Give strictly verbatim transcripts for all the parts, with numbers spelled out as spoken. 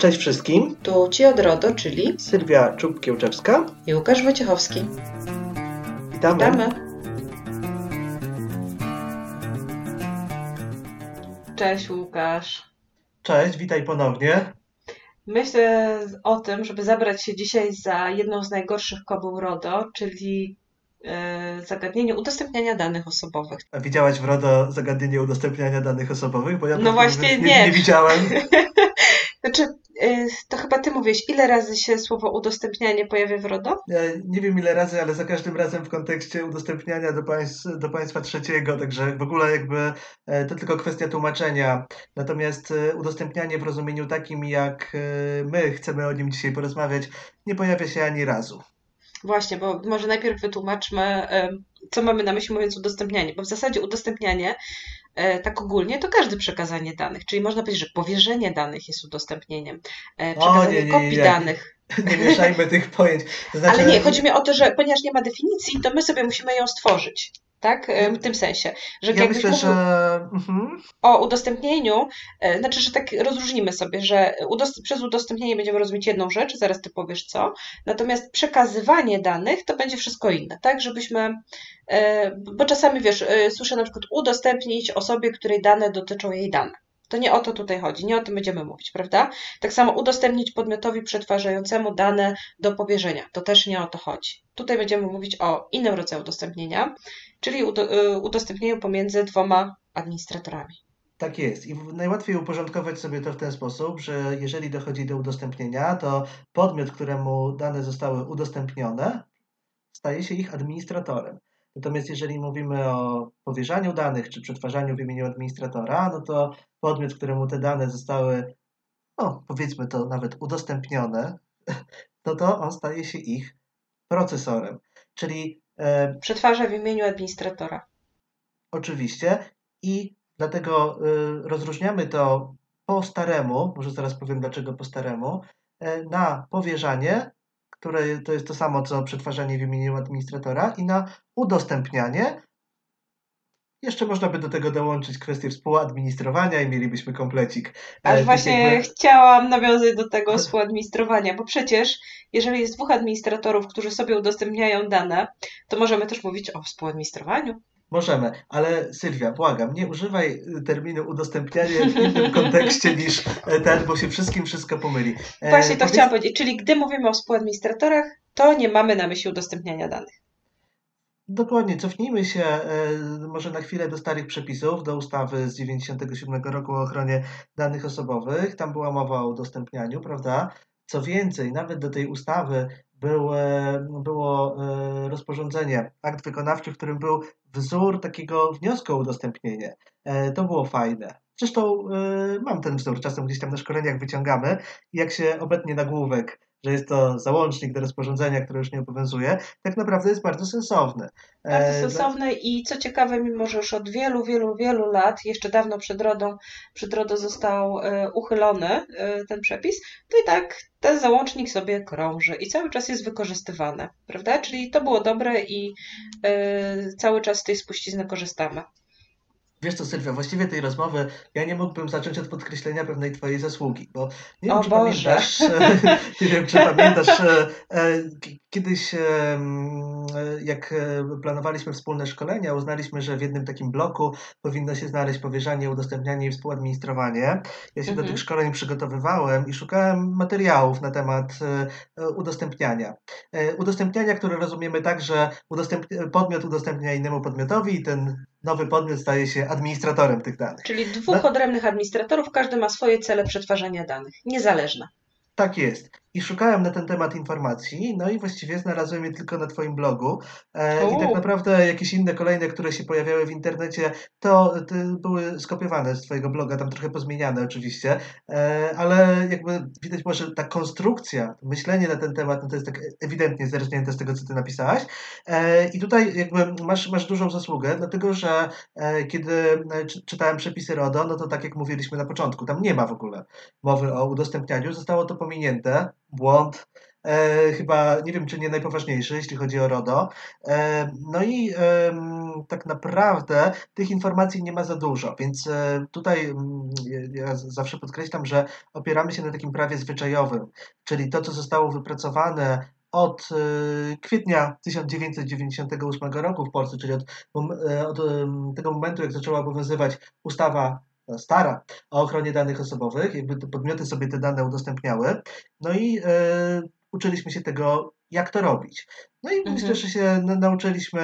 Cześć wszystkim. Tu Ci od RODO, czyli Sylwia Czub-Kiełczewska i Łukasz Wojciechowski. Witamy. Witamy. Cześć Łukasz. Cześć, witaj ponownie. Myślę o tym, żeby zabrać się dzisiaj za jedną z najgorszych kobył RODO, czyli e, zagadnienie udostępniania danych osobowych. A widziałaś w RODO zagadnienie udostępniania danych osobowych? Bo ja No właśnie nie, nie. nie widziałem. Znaczy, e, to chyba Ty mówisz, ile razy się słowo udostępnianie pojawia w RODO? Ja nie wiem ile razy, ale za każdym razem w kontekście udostępniania do, państw, do państwa trzeciego, także w ogóle jakby e, to tylko kwestia tłumaczenia. Natomiast e, udostępnianie w rozumieniu takim, jak e, my chcemy o nim dzisiaj porozmawiać, nie pojawia się ani razu. Właśnie, bo może najpierw wytłumaczmy, co mamy na myśli mówiąc udostępnianie, bo w zasadzie udostępnianie tak ogólnie to każde przekazanie danych, czyli można powiedzieć, że powierzenie danych jest udostępnieniem, przekazanie O, nie, nie, kopii nie, nie. danych. Nie mieszajmy tych pojęć. To znaczy... Ale nie, chodzi mi o to, że ponieważ nie ma definicji, to my sobie musimy ją stworzyć. Tak? W tym sensie, że ja myślę, że mhm. o udostępnieniu, znaczy, że tak rozróżnimy sobie, że udost- przez udostępnienie będziemy rozumieć jedną rzecz, zaraz Ty powiesz co, natomiast przekazywanie danych to będzie wszystko inne, tak, żebyśmy, bo czasami wiesz, słyszę na przykład udostępnić osobie, której dane dotyczą jej danych. To nie o to tutaj chodzi, nie o tym będziemy mówić, prawda? Tak samo udostępnić podmiotowi przetwarzającemu dane do powierzenia, to też nie o to chodzi. Tutaj będziemy mówić o innym rodzaju udostępnienia, czyli udostępnieniu pomiędzy dwoma administratorami. Tak jest i najłatwiej uporządkować sobie to w ten sposób, że jeżeli dochodzi do udostępnienia, to podmiot, któremu dane zostały udostępnione, staje się ich administratorem. Natomiast jeżeli mówimy o powierzaniu danych czy przetwarzaniu w imieniu administratora, no to podmiot, któremu te dane zostały, no powiedzmy to nawet udostępnione, no to on staje się ich procesorem. Czyli e, przetwarza w imieniu administratora. Oczywiście i dlatego y, rozróżniamy to po staremu, może zaraz powiem dlaczego po staremu, y, na powierzanie, które to jest to samo co przetwarzanie w imieniu administratora, i na udostępnianie. Jeszcze można by do tego dołączyć kwestię współadministrowania i mielibyśmy komplecik. Aż właśnie jakby... chciałam nawiązać do tego współadministrowania, bo przecież jeżeli jest dwóch administratorów, którzy sobie udostępniają dane, to możemy też mówić o współadministrowaniu. Możemy, ale Sylwia, błagam, nie używaj terminu udostępnianie w innym kontekście niż ten, bo się wszystkim wszystko pomyli. E, Właśnie to powiedz... chciałam powiedzieć, czyli gdy mówimy o współadministratorach, to nie mamy na myśli udostępniania danych. Dokładnie, cofnijmy się e, może na chwilę do starych przepisów, do ustawy z dziewięćdziesiątego siódmego roku o ochronie danych osobowych. Tam była mowa o udostępnianiu, prawda? Co więcej, nawet do tej ustawy było, było e, rozporządzenie, akt wykonawczy, w którym był wzór takiego wniosku o udostępnienie. E, to było fajne. Zresztą e, mam ten wzór, czasem gdzieś tam na szkoleniach wyciągamy i jak się obetnie nagłówek, że jest to załącznik do rozporządzenia, które już nie obowiązuje, tak naprawdę jest bardzo sensowny. Bardzo sensowny i co ciekawe, mimo że już od wielu, wielu, wielu lat, jeszcze dawno przed RODO, przed RODO został e, uchylony e, ten przepis, to i tak ten załącznik sobie krąży i cały czas jest wykorzystywany, prawda? Czyli to było dobre i e, cały czas z tej spuścizny korzystamy. Wiesz co, Sylwia, właściwie tej rozmowy ja nie mógłbym zacząć od podkreślenia pewnej twojej zasługi, bo nie wiem, o czy Boże. pamiętasz, nie wiem, czy pamiętasz, kiedyś jak planowaliśmy wspólne szkolenia, uznaliśmy, że w jednym takim bloku powinno się znaleźć powierzanie, udostępnianie i współadministrowanie. Ja się mhm. do tych szkoleń przygotowywałem i szukałem materiałów na temat udostępniania. Udostępniania, które rozumiemy tak, że udostęp... podmiot udostępnia innemu podmiotowi i ten nowy podmiot staje się administratorem tych danych. Czyli dwóch no. odrębnych administratorów, każdy ma swoje cele przetwarzania danych, niezależne. Tak jest. I szukałem na ten temat informacji, no i właściwie znalazłem je tylko na Twoim blogu. E, I tak naprawdę jakieś inne kolejne, które się pojawiały w internecie, to, to były skopiowane z Twojego bloga, tam trochę pozmieniane oczywiście, e, ale jakby widać było, że ta konstrukcja, myślenie na ten temat, no to jest tak ewidentnie zerżnięte z tego, co Ty napisałaś. E, I tutaj jakby masz, masz dużą zasługę, dlatego że e, kiedy czytałem przepisy RODO, no to tak jak mówiliśmy na początku, tam nie ma w ogóle mowy o udostępnianiu, zostało to pominięte, błąd, e, chyba, nie wiem, czy nie najpoważniejszy, jeśli chodzi o RODO. E, no i e, tak naprawdę tych informacji nie ma za dużo, więc e, tutaj mm, ja zawsze podkreślam, że opieramy się na takim prawie zwyczajowym, czyli to, co zostało wypracowane od e, kwietnia tysiąc dziewięćset dziewięćdziesiątego ósmego roku w Polsce, czyli od, e, od tego momentu, jak zaczęła obowiązywać ustawa stara o ochronie danych osobowych, jakby te podmioty sobie te dane udostępniały, no i e, uczyliśmy się tego, jak to robić. No i Mhm. myślę, że się na, nauczyliśmy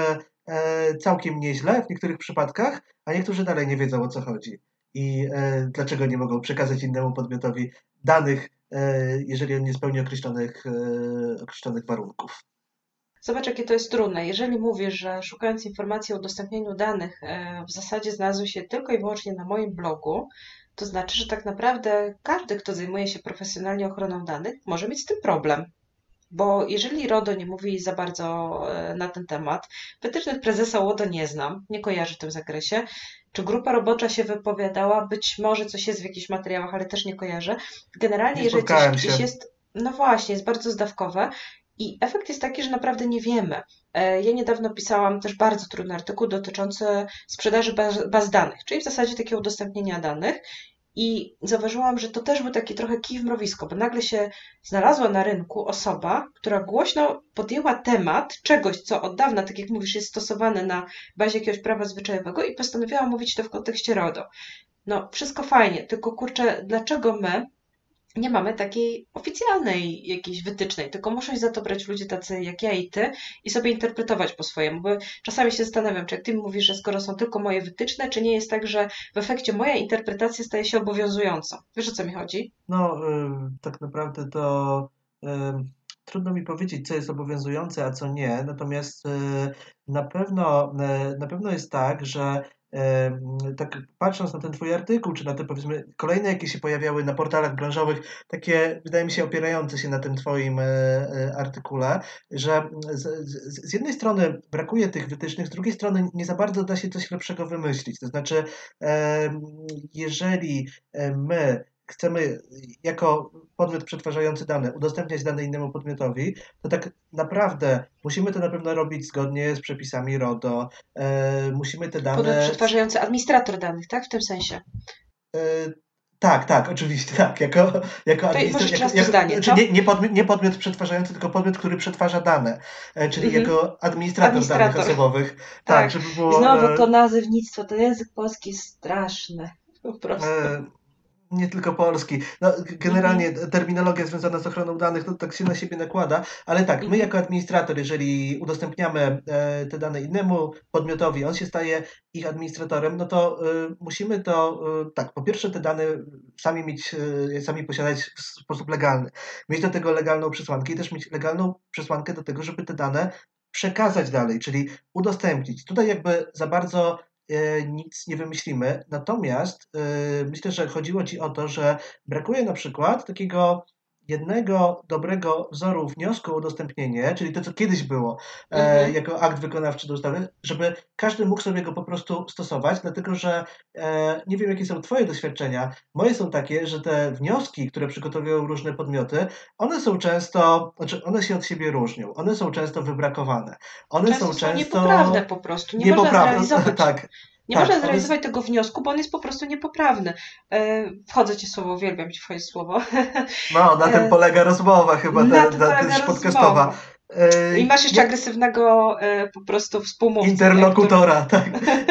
e, całkiem nieźle w niektórych przypadkach, a niektórzy dalej nie wiedzą, o co chodzi i e, dlaczego nie mogą przekazać innemu podmiotowi danych, e, jeżeli on nie spełni określonych, e, określonych warunków. Zobacz, jakie to jest trudne. Jeżeli mówisz, że szukając informacji o udostępnieniu danych e, w zasadzie znalazły się tylko i wyłącznie na moim blogu, to znaczy, że tak naprawdę każdy, kto zajmuje się profesjonalnie ochroną danych, może mieć z tym problem. Bo jeżeli RODO nie mówi za bardzo e, na ten temat, wytycznych prezesa łodo nie znam, nie kojarzę w tym zakresie. Czy grupa robocza się wypowiadała? Być może coś jest w jakichś materiałach, ale też nie kojarzę. Generalnie, Nie jeżeli coś spotkałem gdzieś się. jest, no właśnie, jest bardzo zdawkowe i efekt jest taki, że naprawdę nie wiemy. E, Ja niedawno pisałam też bardzo trudny artykuł dotyczący sprzedaży baz, baz danych, czyli w zasadzie takiego udostępnienia danych. I zauważyłam, że to też był taki trochę kij w mrowisko, bo nagle się znalazła na rynku osoba, która głośno podjęła temat czegoś, co od dawna, tak jak mówisz, jest stosowane na bazie jakiegoś prawa zwyczajowego i postanowiła mówić to w kontekście RODO. No, wszystko fajnie, tylko kurczę, dlaczego my nie mamy takiej oficjalnej jakiejś wytycznej, tylko muszą się za to brać ludzie tacy jak ja i ty i sobie interpretować po swojemu, bo czasami się zastanawiam, czy jak ty mi mówisz, że skoro są tylko moje wytyczne, czy nie jest tak, że w efekcie moja interpretacja staje się obowiązująca. Wiesz, o co mi chodzi? No, y, tak naprawdę to y, trudno mi powiedzieć, co jest obowiązujące, a co nie. Natomiast y, na pewno, y, na pewno jest tak, że y, tak patrząc na ten twój artykuł, czy na te powiedzmy kolejne, jakie się pojawiały na portalach branżowych, takie wydaje mi się opierające się na tym twoim y, y, artykule, że z, z, z jednej strony brakuje tych wytycznych, z drugiej strony nie za bardzo da się coś lepszego wymyślić. To znaczy, y, jeżeli y, my chcemy jako podmiot przetwarzający dane udostępniać dane innemu podmiotowi, to tak naprawdę musimy to na pewno robić zgodnie z przepisami RODO. E, musimy te Podmiot dane. przetwarzający administrator danych, tak? W tym sensie. E, tak, tak, oczywiście, tak. Jako, jako To może administrator. jeszcze Jako, raz to jako, zdanie, znaczy co? nie, nie, podmiot, nie podmiot przetwarzający, tylko podmiot, który przetwarza dane. E, czyli Mhm. jako administrator danych Administrator. osobowych. Tak, Tak. żeby I było. znowu E, to nazewnictwo, ten język polski jest straszny. Po prostu. e, Nie tylko polski. No, generalnie Mhm. terminologia związana z ochroną danych to tak się na siebie nakłada, ale tak, my Mhm. jako administrator, jeżeli udostępniamy e, te dane innemu podmiotowi, on się staje ich administratorem, no to e, musimy to, e, tak, po pierwsze te dane sami mieć, e, sami posiadać w sposób legalny. Mieć do tego legalną przesłankę i też mieć legalną przesłankę do tego, żeby te dane przekazać dalej, czyli udostępnić. Tutaj jakby za bardzo e, nic nie wymyślimy. Natomiast e, myślę, że chodziło Ci o to, że brakuje na przykład takiego jednego dobrego wzoru wniosku o udostępnienie, czyli to, co kiedyś było e, Mhm. jako akt wykonawczy do ustawy, żeby każdy mógł sobie go po prostu stosować, dlatego że e, nie wiem, jakie są Twoje doświadczenia. Moje są takie, że te wnioski, które przygotowują różne podmioty, one są często, znaczy one się od siebie różnią, one są często wybrakowane, one Często są są często niepoprawne po prostu. Nie można niepoprawne. zrealizować. Tak, Nie tak, można one s- zrealizować tego wniosku, bo on jest po prostu niepoprawny. E, Wchodzę ci w słowo, uwielbiam ci wchodzić w słowo. no, na tym E, polega rozmowa chyba Na te, tym ta, polega też podcastowa. rozmowa. E, I masz jeszcze ja, agresywnego e, po prostu współmówcę, nie? Który... interlokutora, tak.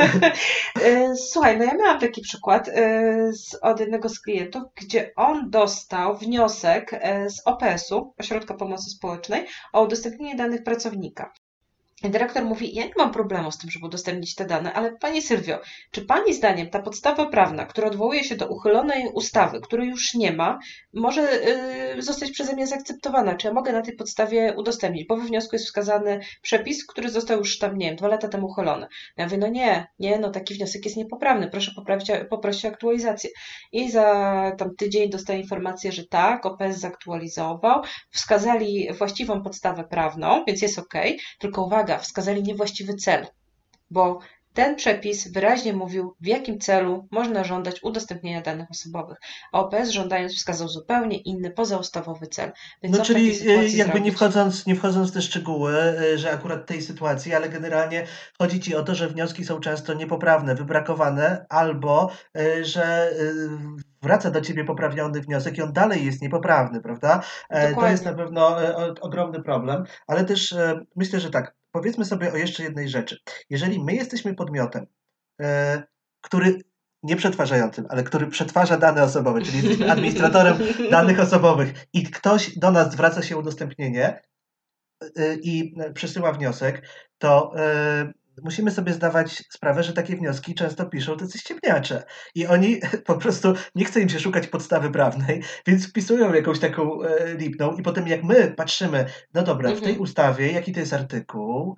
E, Słuchaj, no ja miałam taki przykład e, z, od jednego z klientów, gdzie on dostał wniosek e, z O P S-u, Ośrodka Pomocy Społecznej, o udostępnienie danych pracownika. Dyrektor mówi, ja nie mam problemu z tym, żeby udostępnić te dane, ale Pani Sylwio, czy Pani zdaniem ta podstawa prawna, która odwołuje się do uchylonej ustawy, której już nie ma, może yy, zostać przeze mnie zaakceptowana? Czy ja mogę na tej podstawie udostępnić? Bo we wniosku jest wskazany przepis, który został już tam, nie wiem, dwa lata temu uchylony. Ja mówię, no nie, nie, no taki wniosek jest niepoprawny, proszę poprawić, poprosić o aktualizację. I za tam tydzień dostaję informację, że tak, O P S zaktualizował, wskazali właściwą podstawę prawną, więc jest ok, tylko uwaga, wskazali niewłaściwy cel, bo Ten przepis wyraźnie mówił, w jakim celu można żądać udostępnienia danych osobowych, a O P S żądając wskazał zupełnie inny, pozaustawowy cel. Więc No co w takiej czyli y, sytuacji jakby nie zrobić? wchodząc, nie wchodząc w te szczegóły, y, że akurat tej sytuacji, ale generalnie chodzi ci o to, że wnioski są często niepoprawne, wybrakowane, albo y, że y, wraca do ciebie poprawniony wniosek i on dalej jest niepoprawny, prawda? E, To jest na Dokładnie. pewno e, o- ogromny problem, ale też e, myślę, że tak, powiedzmy sobie o jeszcze jednej rzeczy. Jeżeli my jesteśmy podmiotem, e, który nie przetwarzającym, ale który przetwarza dane osobowe, czyli jesteśmy administratorem danych osobowych i ktoś do nas zwraca się o udostępnienie y, i przesyła wniosek, to y, musimy sobie zdawać sprawę, że takie wnioski często piszą tacy ściemniacze. I oni po prostu nie chce im się szukać podstawy prawnej, więc wpisują jakąś taką e, lipną i potem jak my patrzymy, no dobra, w tej Mhm. ustawie, jaki to jest artykuł,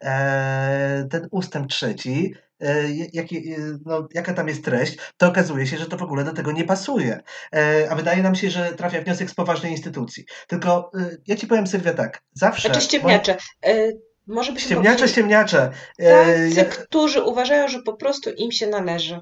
e, ten ustęp trzeci, e, jaki, e, no, jaka tam jest treść, to okazuje się, że to w ogóle do tego nie pasuje. E, a wydaje nam się, że trafia wniosek z poważnej instytucji. Tylko y, ja ci powiem, Sylwia, tak. Znaczy Zawsze moim... ściemniacze. E, może byśmy Ściemniacze, powiedzieli ściemniacze. E, ja... tacy, którzy uważają, że po prostu im się należy.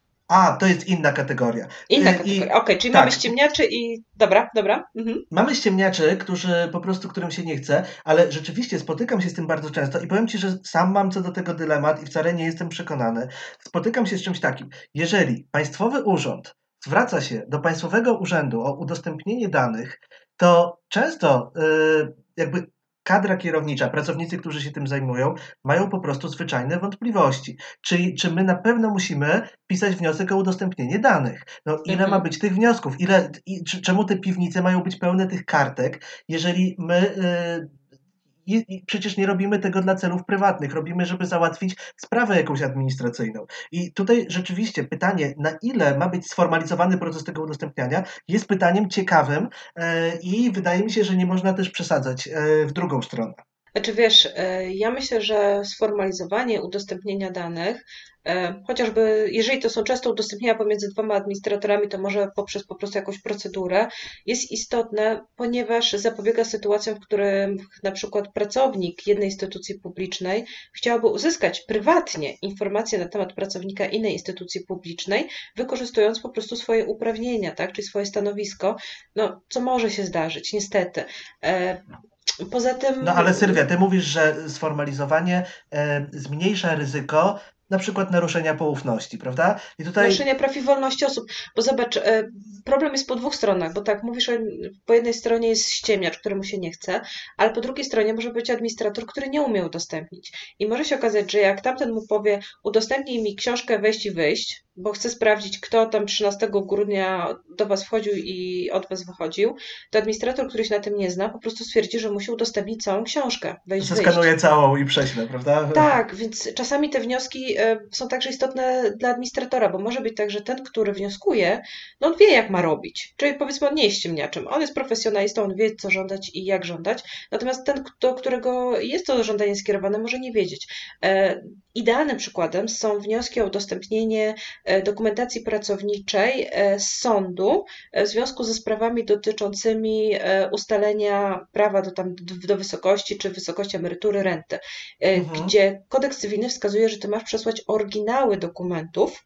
A, to jest inna kategoria. Inna E, kategoria. I Okej, czyli mamy tak, ściemniaczy i... Dobra, dobra. Mhm. mamy ściemniaczy, którzy po prostu, którym się nie chce, ale rzeczywiście spotykam się z tym bardzo często i powiem ci, że sam mam co do tego dylemat i wcale nie jestem przekonany. Spotykam się z czymś takim. Jeżeli państwowy urząd zwraca się do państwowego urzędu o udostępnienie danych, to często y, jakby kadra kierownicza, pracownicy, którzy się tym zajmują, mają po prostu zwyczajne wątpliwości. Czy, czy my na pewno musimy pisać wniosek o udostępnienie danych? No ile ma Mhm. być tych wniosków? Ile, i, czy, czemu te piwnice mają być pełne tych kartek, jeżeli my y, i, i przecież nie robimy tego dla celów prywatnych, robimy, żeby załatwić sprawę jakąś administracyjną. I tutaj rzeczywiście pytanie, na ile ma być sformalizowany proces tego udostępniania, jest pytaniem ciekawym e, i wydaje mi się, że nie można też przesadzać e, w drugą stronę. Znaczy wiesz, e, ja myślę, że sformalizowanie udostępnienia danych, e, chociażby jeżeli to są często udostępnienia pomiędzy dwoma administratorami, to może poprzez po prostu jakąś procedurę, jest istotne, ponieważ zapobiega sytuacjom, w których na przykład pracownik jednej instytucji publicznej chciałby uzyskać prywatnie informacje na temat pracownika innej instytucji publicznej, wykorzystując po prostu swoje uprawnienia, tak, czyli swoje stanowisko, no co może się zdarzyć, niestety. E, Poza No tym ale Sylwia, ty mówisz, że sformalizowanie e, zmniejsza ryzyko na przykład naruszenia poufności, prawda? I tutaj naruszenia praw i wolności osób. Bo zobacz, e, problem jest po dwóch stronach, bo tak, mówisz, że po jednej stronie jest ściemniacz, któremu się nie chce, ale po drugiej stronie może być administrator, który nie umie udostępnić. I może się okazać, że jak tamten mu powie, udostępnij mi książkę wejść i wyjść, bo chcę sprawdzić, kto tam trzynastego grudnia do was wchodził i od was wychodził, to administrator, który się na tym nie zna, po prostu stwierdzi, że musi udostępnić całą książkę, wejść, wyjść. zeskanuję całą i prześlę, prawda? Tak, więc czasami te wnioski e, są także istotne dla administratora, bo może być tak, że ten, który wnioskuje, no on wie, jak ma robić. Czyli powiedzmy, on nie jest ściemniaczem, on jest profesjonalistą, on wie, co żądać i jak żądać. Natomiast ten, do którego jest to żądanie skierowane, może nie wiedzieć. E, Idealnym przykładem są wnioski o udostępnienie e, dokumentacji pracowniczej e, z sądu e, w związku ze sprawami dotyczącymi e, ustalenia prawa do, tam, do wysokości czy wysokości emerytury, renty, e, Mhm. gdzie kodeks cywilny wskazuje, że ty masz przesłać oryginały dokumentów,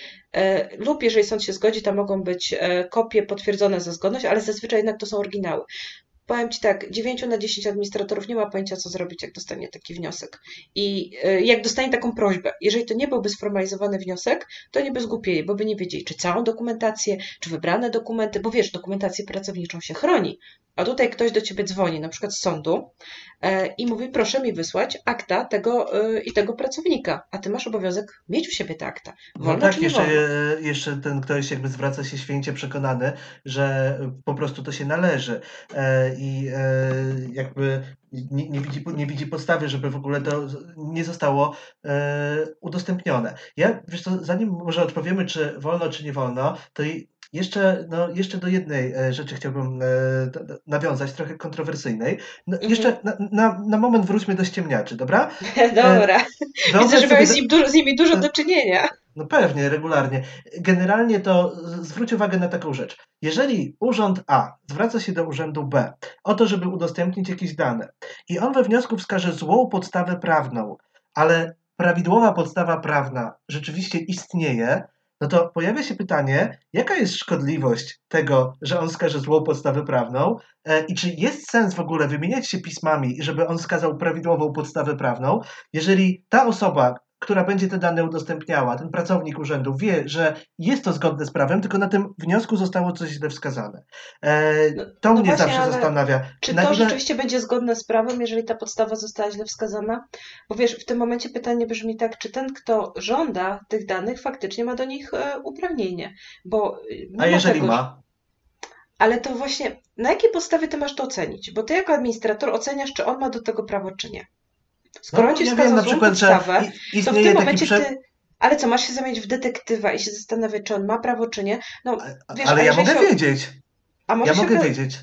e, lub jeżeli sąd się zgodzi, to mogą być e, kopie potwierdzone za zgodność, ale zazwyczaj jednak to są oryginały. Powiem Ci tak, dziewięć na dziesięć administratorów nie ma pojęcia, co zrobić, jak dostanie taki wniosek. I y, jak dostanie taką prośbę, jeżeli to nie byłby sformalizowany wniosek, to nie by zgłupieli, bo by nie wiedzieli, czy całą dokumentację, czy wybrane dokumenty, bo wiesz, dokumentację pracowniczą się chroni. A tutaj ktoś do Ciebie dzwoni, na przykład z sądu, e, i mówi, proszę mi wysłać akta tego y, i tego pracownika, a Ty masz obowiązek mieć u siebie te akta. No Wolno czy tak, nie jeszcze, wolno? e, jeszcze ten ktoś jakby zwraca się święcie przekonany, że po prostu to się należy e, i e, jakby nie, nie widzi, nie widzi podstawy, żeby w ogóle to z- nie zostało e, udostępnione. Ja, wiesz co, zanim może odpowiemy, czy wolno, czy nie wolno, to i jeszcze, no, jeszcze do jednej e, rzeczy chciałbym e, d- d- nawiązać, trochę kontrowersyjnej. No, Mhm. jeszcze na, na, na moment wróćmy do ściemniaczy, dobra? E, Dobra. Widzę, Wyobraź że sobie, miałeś z, do, nim dużo, z nimi dużo do czynienia. no pewnie, regularnie. Generalnie to z- zwróć uwagę na taką rzecz. Jeżeli urząd A zwraca się do urzędu B o to, żeby udostępnić jakieś dane i on we wniosku wskaże złą podstawę prawną, ale prawidłowa podstawa prawna rzeczywiście istnieje, no to pojawia się pytanie, jaka jest szkodliwość tego, że on wskaże złą podstawę prawną e, i czy jest sens w ogóle wymieniać się pismami, żeby on wskazał prawidłową podstawę prawną, jeżeli ta osoba, która będzie te dane udostępniała, ten pracownik urzędu wie, że jest to zgodne z prawem, tylko na tym wniosku zostało coś źle wskazane. E, No, to no mnie właśnie, zawsze ale zastanawia. czy Na to ile... rzeczywiście będzie zgodne z prawem, jeżeli ta podstawa została źle wskazana? Bo wiesz, w tym momencie pytanie brzmi tak, czy ten, kto żąda tych danych, faktycznie ma do nich e, uprawnienie? Bo e, A nie ma jeżeli tego, że- ma? ale to właśnie, na jakiej podstawie ty masz to ocenić? Bo ty jako administrator oceniasz, czy on ma do tego prawo, czy nie. Skoro on No, ci ja wskazał wiem na złą przykład, że podstawę, i- to w istnieje tym taki momencie prze... ty... Ale co, masz się zamienić w detektywa i się zastanawiać, czy on ma prawo, czy nie? No, A- wiesz, Ale a ja jeżeli mogę się... wiedzieć. A może Ja się mogę okazać... wiedzieć.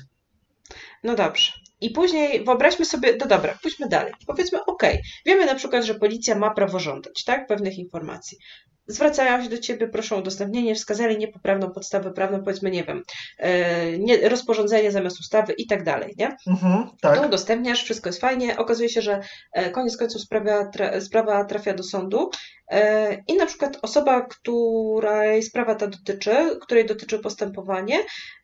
No dobrze. I później wyobraźmy sobie, no dobra, pójdźmy dalej. Powiedzmy, okej, wiemy na przykład, że policja ma prawo żądać, tak, pewnych informacji. Zwracają się do ciebie, proszą o udostępnienie, wskazali niepoprawną podstawę prawną, powiedzmy, nie wiem, e, nie, rozporządzenie zamiast ustawy i tak dalej, nie? Mhm, To tak. udostępniasz, wszystko jest fajnie, okazuje się, że e, koniec końców sprawa, tra, sprawa trafia do sądu e, i na przykład osoba, której sprawa ta dotyczy, której dotyczy postępowanie,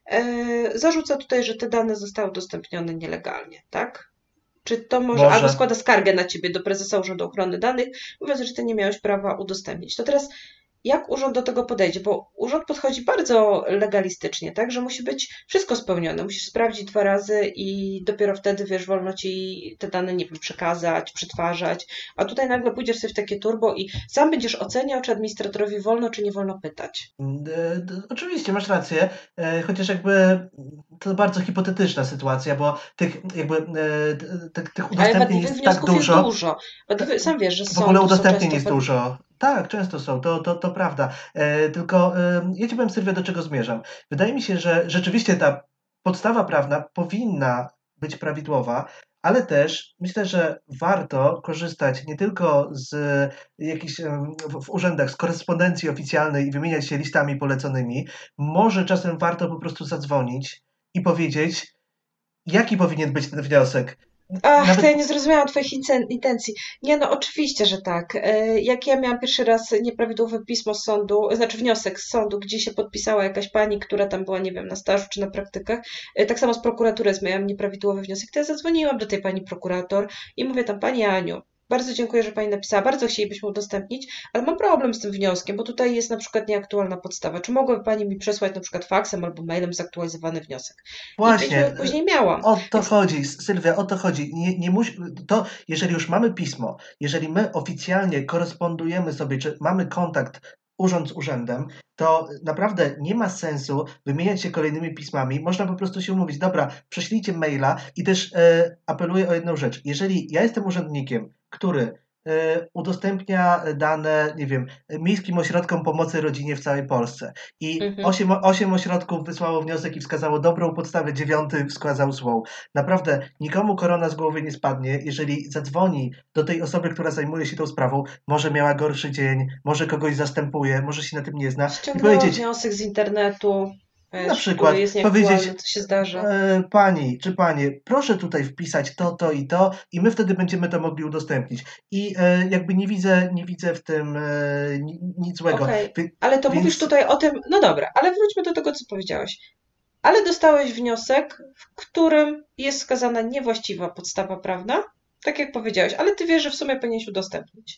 e, zarzuca tutaj, że te dane zostały udostępnione nielegalnie, tak? Czy to może, Może. albo składa skargę na ciebie do prezesa Urzędu Ochrony Danych, mówiąc, że ty nie miałeś prawa udostępnić. To teraz jak urząd do tego podejdzie? Bo urząd podchodzi bardzo legalistycznie, tak, że musi być wszystko spełnione. Musisz sprawdzić dwa razy i dopiero wtedy, wiesz, wolno ci te dane, nie wiem, przekazać, przetwarzać. A tutaj nagle pójdziesz sobie w takie turbo i sam będziesz oceniał, czy administratorowi wolno, czy nie wolno pytać. E, d- Oczywiście, masz rację, e, chociaż jakby to bardzo hipotetyczna sytuacja, bo tych jakby e, t- t- tych Ale udostępnień wadliwych jest tak wniosków jest dużo. dużo. Wadliwy, sam wiesz, że W ogóle sądy są udostępnień często jest wadliwe. dużo. Tak, często są, to, to, to prawda. E, tylko e, ja ci powiem, Sylwia, do czego zmierzam. Wydaje mi się, że rzeczywiście ta podstawa prawna powinna być prawidłowa, ale też myślę, że warto korzystać nie tylko z jakichś em, w, w urzędach, z korespondencji oficjalnej i wymieniać się listami poleconymi. Może czasem warto po prostu zadzwonić i powiedzieć, jaki powinien być ten wniosek. Ach, Nawet to ja nie zrozumiałam Twoich incen- intencji. Nie, no oczywiście, że tak. E, Jak ja miałam pierwszy raz nieprawidłowe pismo z sądu, znaczy wniosek z sądu, gdzie się podpisała jakaś pani, która tam była, nie wiem, na stażu czy na praktykach, e, tak samo z prokuratury miałam nieprawidłowy wniosek, to ja zadzwoniłam do tej pani prokurator i mówię tam, pani Aniu, bardzo dziękuję, że pani napisała, bardzo chcielibyśmy udostępnić, ale mam problem z tym wnioskiem, bo tutaj jest na przykład nieaktualna podstawa. Czy mogłaby pani mi przesłać na przykład faksem albo mailem zaktualizowany wniosek? I pięć właśnie, minut później miałam. o to Więc chodzi, Sylwia, o to chodzi. Nie, nie musi, to, jeżeli już mamy pismo, jeżeli my oficjalnie korespondujemy sobie, czy mamy kontakt urząd z urzędem, to naprawdę nie ma sensu wymieniać się kolejnymi pismami. Można po prostu się umówić, dobra, prześlijcie maila i też e, apeluję o jedną rzecz. Jeżeli ja jestem urzędnikiem, który e, udostępnia dane, nie wiem, miejskim ośrodkom pomocy rodzinie w całej Polsce i mhm. osiem, osiem ośrodków wysłało wniosek i wskazało dobrą podstawę, dziewiąty wskazał złą. Naprawdę nikomu korona z głowy nie spadnie, jeżeli zadzwoni do tej osoby, która zajmuje się tą sprawą, może miała gorszy dzień, może kogoś zastępuje, może się na tym nie zna i Ściągnęła powiedzieć, wniosek z internetu, na wiesz, przykład, który jest nieaktualny, powiedzieć, to się zdarza. e, pani czy panie, proszę tutaj wpisać to, to i to i my wtedy będziemy to mogli udostępnić. I e, jakby nie widzę, nie widzę w tym e, ni- nic złego. Okej, Wy- ale to więc- mówisz tutaj o tym, no dobra, ale wróćmy do tego, co powiedziałeś. Ale dostałeś wniosek, w którym jest wskazana niewłaściwa podstawa prawna, tak jak powiedziałeś, ale ty wiesz, że w sumie powinieneś udostępnić.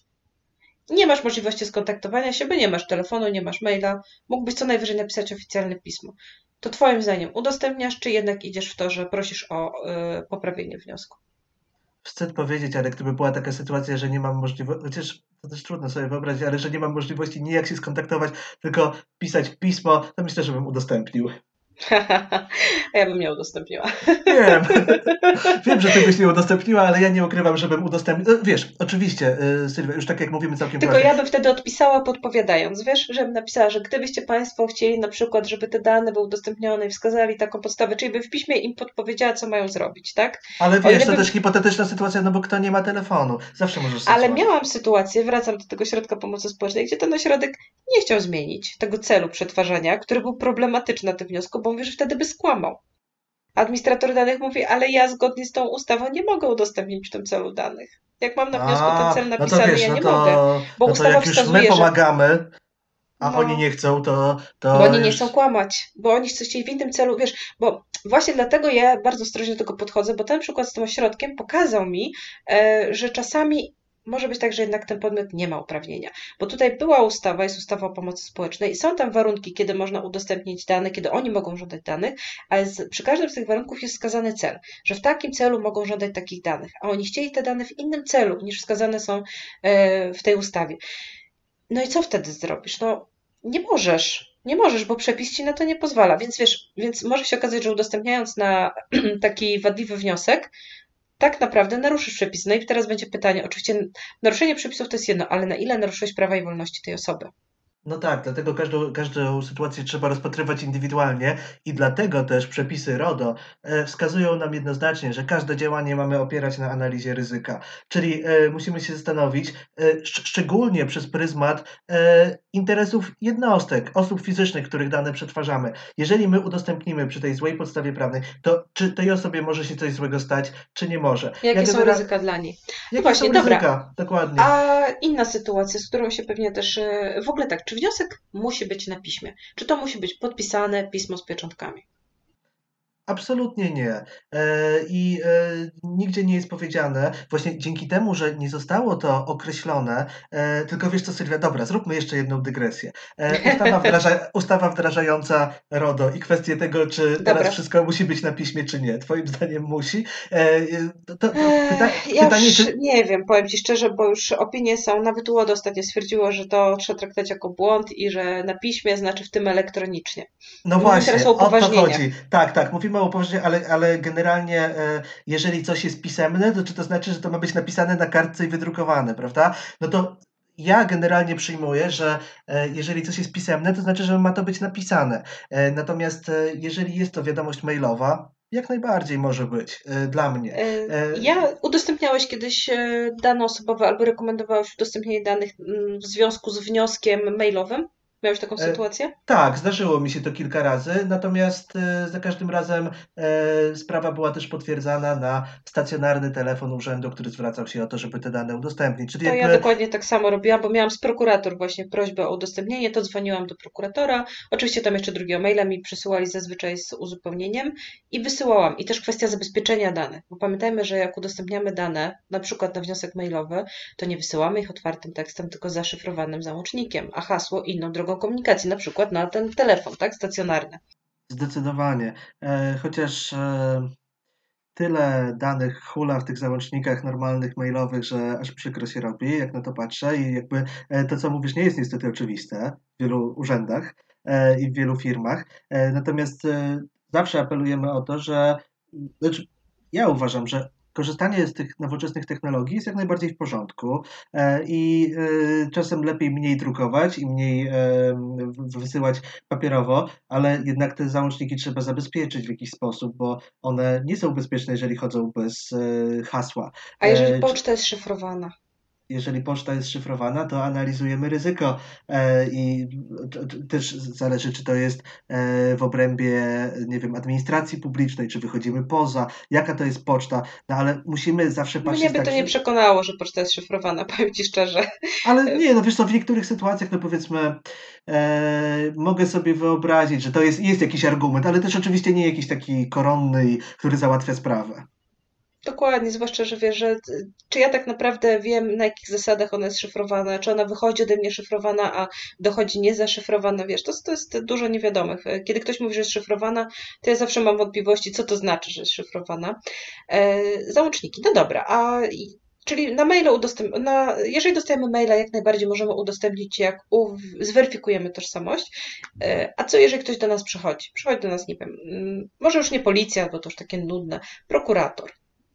Nie masz możliwości skontaktowania się, bo nie masz telefonu, nie masz maila, mógłbyś co najwyżej napisać oficjalne pismo. To twoim zdaniem udostępniasz, czy jednak idziesz w to, że prosisz o y, poprawienie wniosku? Wstyd powiedzieć, ale gdyby była taka sytuacja, że nie mam możliwości, chociaż to też trudno sobie wyobrazić, ale że nie mam możliwości nijak się skontaktować, tylko pisać pismo, to myślę, że bym udostępnił. A ja bym nie udostępniła. Wiem, wiem, że ty byś nie udostępniła, ale ja nie ukrywam, żebym udostępnił. No, wiesz, oczywiście, yy, Sylwia, już tak jak mówimy całkiem Tylko prawdę. ja bym wtedy odpisała podpowiadając, wiesz, żebym napisała, że gdybyście Państwo chcieli na przykład, żeby te dane były udostępnione i wskazali taką podstawę, czyli by w piśmie im podpowiedziała, co mają zrobić, tak? Ale O wiesz, ile to bym- też hipotetyczna sytuacja, no bo kto nie ma telefonu? Zawsze możesz sobie Ale dzwonić. miałam sytuację, wracam do tego środka pomocy społecznej, gdzie ten ośrodek nie chciał zmienić tego celu przetwarzania, który był problematyczny na tym wniosku, bo mówi, że wtedy by skłamał. Administrator danych mówi, ale ja zgodnie z tą ustawą nie mogę udostępnić w tym celu danych. Jak mam na wniosku ten A, cel no to napisany, wiesz, ja no nie mogę, to, bo no to ustawa jak już my wskazuje, że pomagamy, a oni no, nie chcą, to, bo to oni nie chcą już... kłamać, bo oni chcą chcieli w innym celu, wiesz, bo właśnie dlatego ja bardzo ostrożnie do tego podchodzę, bo ten przykład z tym ośrodkiem pokazał mi, e, że czasami może być tak, że jednak ten podmiot nie ma uprawnienia. Bo tutaj była ustawa, jest ustawa o pomocy społecznej i są tam warunki, kiedy można udostępnić dane, kiedy oni mogą żądać danych, ale z, przy każdym z tych warunków jest wskazany cel, że w takim celu mogą żądać takich danych, a oni chcieli te dane w innym celu niż wskazane są e, w tej ustawie. No i co wtedy zrobisz? No nie możesz, nie możesz, bo przepis ci na to nie pozwala. Więc wiesz, więc może się okazać, że udostępniając na taki wadliwy wniosek, tak naprawdę naruszysz przepis. No i teraz będzie pytanie, oczywiście naruszenie przepisów to jest jedno, ale na ile naruszyłeś prawa i wolności tej osoby? No tak, dlatego każdą, każdą sytuację trzeba rozpatrywać indywidualnie i dlatego też przepisy RODO e, wskazują nam jednoznacznie, że każde działanie mamy opierać na analizie ryzyka. Czyli e, musimy się zastanowić, e, szcz- szczególnie przez pryzmat e, interesów jednostek, osób fizycznych, których dane przetwarzamy. Jeżeli my udostępnimy przy tej złej podstawie prawnej, to czy tej osobie może się coś złego stać, czy nie może? Ja Jakie są genera- ryzyka dla niej? No Jakie właśnie, są dobra. ryzyka? Dokładnie. A inna sytuacja, z którą się pewnie też, e, w ogóle tak, czy wniosek musi być na piśmie? Czy to musi być podpisane pismo z pieczątkami? Absolutnie nie. E, I e, nigdzie nie jest powiedziane, właśnie dzięki temu, że nie zostało to określone, e, tylko wiesz co, Sylwia, dobra, zróbmy jeszcze jedną dygresję. E, Ustawa, wdraża, ustawa wdrażająca RODO i kwestię tego, czy teraz Dobra. wszystko musi być na piśmie, czy nie. Twoim zdaniem musi. E, To, to, to pyta, Ech, Ja pytanie, już czy... nie wiem, powiem Ci szczerze, bo już opinie są, nawet UODO ostatnio stwierdziło, że to trzeba traktować jako błąd i że na piśmie znaczy w tym elektronicznie. No Mówimy teraz właśnie, o o to upoważnieniach. chodzi. Tak, tak, mówimy o upoważnieniu, ale, ale generalnie e, jeżeli coś jest pisemne, to czy to znaczy, że to ma być napisane na kartce i wydrukowane, prawda? No to ja generalnie przyjmuję, że e, jeżeli coś jest pisemne, to znaczy, że ma to być napisane. E, natomiast e, jeżeli jest to wiadomość mailowa, jak najbardziej może być e, dla mnie. E, E, Ja udostępniałeś kiedyś e, dane osobowe albo rekomendowałeś udostępnienie danych mm, w związku z wnioskiem mailowym? Miałeś taką e, sytuację? Tak, zdarzyło mi się to kilka razy, natomiast e, za każdym razem e, sprawa była też potwierdzana na stacjonarny telefon urzędu, który zwracał się o to, żeby te dane udostępnić. Czyli To ja jakby, dokładnie tak samo robiłam, bo miałam z prokurator właśnie prośbę o udostępnienie, to dzwoniłam do prokuratora. Oczywiście tam jeszcze drugiego maila mi przysyłali zazwyczaj z uzupełnieniem i wysyłałam. I też kwestia zabezpieczenia danych, bo pamiętajmy, że jak udostępniamy dane, na przykład na wniosek mailowy, to nie wysyłamy ich otwartym tekstem, tylko zaszyfrowanym załącznikiem, a hasło inną drogą komunikacji, na przykład na ten telefon, tak, stacjonarny. zdecydowanie. E, chociaż e, tyle danych hula w tych załącznikach normalnych, mailowych, że aż przykro się robi, jak na to patrzę. I jakby e, to, co mówisz, nie jest niestety oczywiste w wielu urzędach e, i w wielu firmach. E, natomiast e, zawsze apelujemy o to, że znaczy, ja uważam, że korzystanie z tych nowoczesnych technologii jest jak najbardziej w porządku e, i e, czasem lepiej mniej drukować i mniej e, w- wysyłać papierowo, ale jednak te załączniki trzeba zabezpieczyć w jakiś sposób, bo one nie są bezpieczne, jeżeli chodzą bez e, hasła. A jeżeli E, czy- poczta jest szyfrowana? Jeżeli poczta jest szyfrowana, to analizujemy ryzyko e, i t- t- też zależy, czy to jest e, w obrębie, nie wiem, administracji publicznej, czy wychodzimy poza, jaka to jest poczta, no ale musimy zawsze Mnie patrzeć by tak, to nie że... przekonało, że poczta jest szyfrowana, powiem Ci szczerze. Ale nie, no wiesz co, w niektórych sytuacjach, no powiedzmy, e, mogę sobie wyobrazić, że to jest, jest jakiś argument, ale też oczywiście nie jakiś taki koronny, i- który załatwia sprawę. Dokładnie, zwłaszcza, że wiesz, że y, czy ja tak naprawdę wiem, na jakich zasadach ona jest szyfrowana, czy ona wychodzi ode mnie szyfrowana, a dochodzi niezaszyfrowana, wiesz, to, to jest dużo niewiadomych. Kiedy ktoś mówi, że jest szyfrowana, to ja zawsze mam wątpliwości, co to znaczy, że jest szyfrowana. E, załączniki, no dobra, a i- czyli na mailu udostęp... na, jeżeli dostajemy maila, jak najbardziej możemy udostępnić, jak u... zweryfikujemy tożsamość. E, a co jeżeli ktoś do nas przychodzi? Przychodzi do nas, nie wiem, mm, może już nie policja, bo to już takie nudne, prokurator.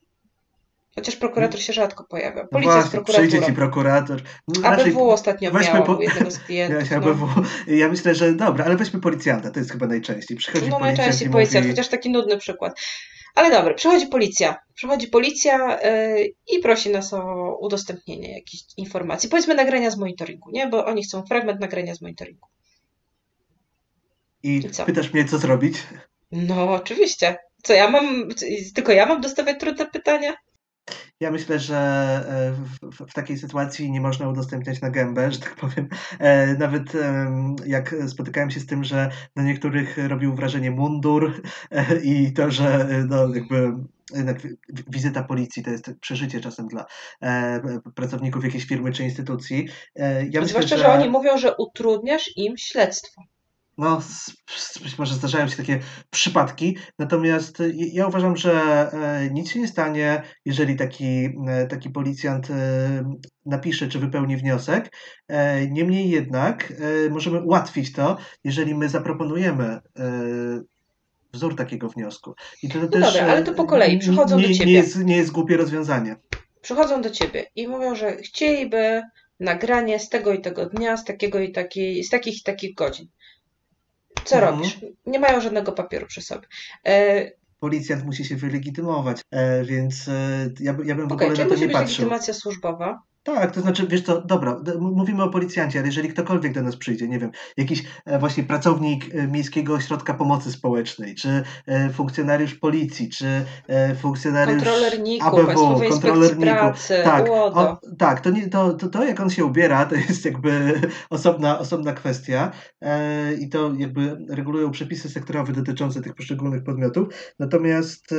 Chociaż prokurator się rzadko pojawia. No Policja z właśnie, przyjdzie ci prokuraturą. prokurator. No raczej A B W ostatnio weźmy miałam po... u jednego z Miałeś klientów. No, A B W. Ja myślę, że dobra, ale weźmy policjanta, to jest chyba najczęściej. Przychodzi no policjant najczęściej i policjant, mówi, chociaż taki nudny przykład. Ale dobra, przychodzi policja. Przychodzi policja yy, i prosi nas o udostępnienie jakichś informacji. Powiedzmy nagrania z monitoringu, nie? Bo oni chcą fragment nagrania z monitoringu. i I co? pytasz mnie, co zrobić? No oczywiście. Co ja mam, tylko ja mam dostawiać trudne pytania? Ja myślę, że e, w, w, w takiej sytuacji nie można udostępniać na gębę, że tak powiem. E, nawet em, jak spotykałem się z tym, że na niektórych robił wrażenie mundur e, i to, że e, no, jakby jednak wi- wizyta policji to jest przeżycie czasem dla e, pracowników jakiejś firmy czy instytucji. E, ja myślę, Zwłaszcza, że oni że mówią, że utrudniasz im śledztwo. no, s- s- być może zdarzają się takie przypadki, natomiast y, ja uważam, że e, nic się nie stanie, jeżeli taki, e, taki policjant e, napisze czy wypełni wniosek. E, Niemniej jednak e, możemy ułatwić to, jeżeli my zaproponujemy e, wzór takiego wniosku. I to No też dobra, ale e, to po kolei. n- Przychodzą do nie, nie ciebie. jest, nie jest głupie rozwiązanie. Przychodzą do ciebie i mówią, że chcieliby nagranie z tego i tego dnia, z takiego i takiej, z takich i takich godzin. Co Mhm. robisz? Nie mają żadnego papieru przy sobie. E, Policjant musi się wylegitymować, e, więc e, ja, by- ja bym w Okej, ogóle na czyli to musi nie być patrzył. legitymacja służbowa. Tak, to znaczy, wiesz co, dobra, d- m- mówimy o policjancie, ale jeżeli ktokolwiek do nas przyjdzie, nie wiem, jakiś e, właśnie pracownik e, Miejskiego Ośrodka Pomocy Społecznej, czy e, funkcjonariusz policji, czy e, funkcjonariusz Kontroler niku, A B W, Państwowej Inspekcji kontroler niku, Pracy, tak, on, UODO. tak, to, nie, to, to, to jak on się ubiera, to jest jakby osobna, osobna kwestia e, i to jakby regulują przepisy sektorowe dotyczące tych poszczególnych podmiotów, natomiast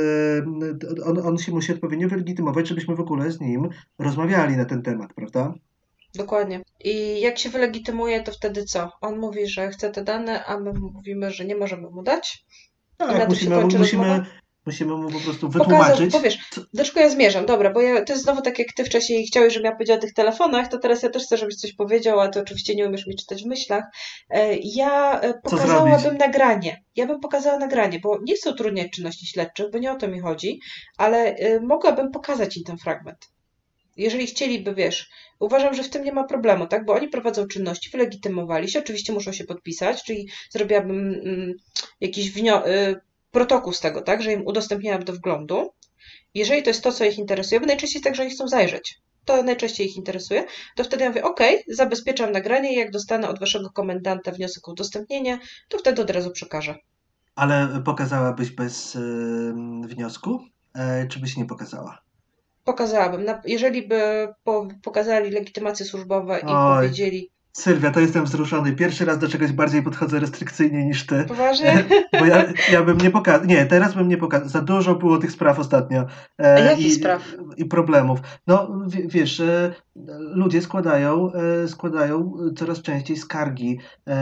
e, on, on się musi odpowiednio wylegitymować, żebyśmy w ogóle z nim rozmawiali na ten temat, prawda? Dokładnie. I jak się wylegitymuje, to wtedy co? On mówi, że chce te dane, a my mówimy, że nie możemy mu dać. I Tak, na tym się musimy, kończy rozmowa. musimy, musimy mu po prostu Pokazał, wytłumaczyć. bo wiesz, do czego ja zmierzam? Dobra, bo ja, to jest znowu tak, jak ty wcześniej chciałeś, żebym ja powiedziała o tych telefonach, to teraz ja też chcę, żebyś coś powiedział, a ty oczywiście nie umiesz mi czytać w myślach. E, Ja e, Co zrobić? pokazałabym nagranie. Ja bym pokazała nagranie, bo nie chcę utrudniać czynności śledczych, bo nie o to mi chodzi, ale e, mogłabym pokazać im ten fragment. Jeżeli chcieliby, wiesz, uważam, że w tym nie ma problemu, tak? Bo oni prowadzą czynności, wylegitymowali się, oczywiście muszą się podpisać, czyli zrobiłabym mm, jakiś wnio- y, protokół z tego, tak? Że im udostępniałam do wglądu. Jeżeli to jest to, co ich interesuje, bo najczęściej jest tak, że oni chcą zajrzeć. To najczęściej ich interesuje, to wtedy ja mówię, ok, zabezpieczam nagranie i jak dostanę od waszego komendanta wniosek o udostępnienie, to wtedy od razu przekażę. Ale pokazałabyś bez ym, wniosku? E, czy byś nie pokazała? Pokazałabym. Na- Jeżeli by po, pokazali legitymacje służbowe i Oj, powiedzieli, Sylwia, to jestem wzruszony. Pierwszy raz do czegoś bardziej podchodzę restrykcyjnie niż ty. poważnie? Bo ja, ja bym nie pokazał. Nie, teraz bym nie pokazał. Za dużo było tych spraw ostatnio. A E, jakich i, spraw? I problemów. No, w- wiesz, e, ludzie składają, e, składają coraz częściej skargi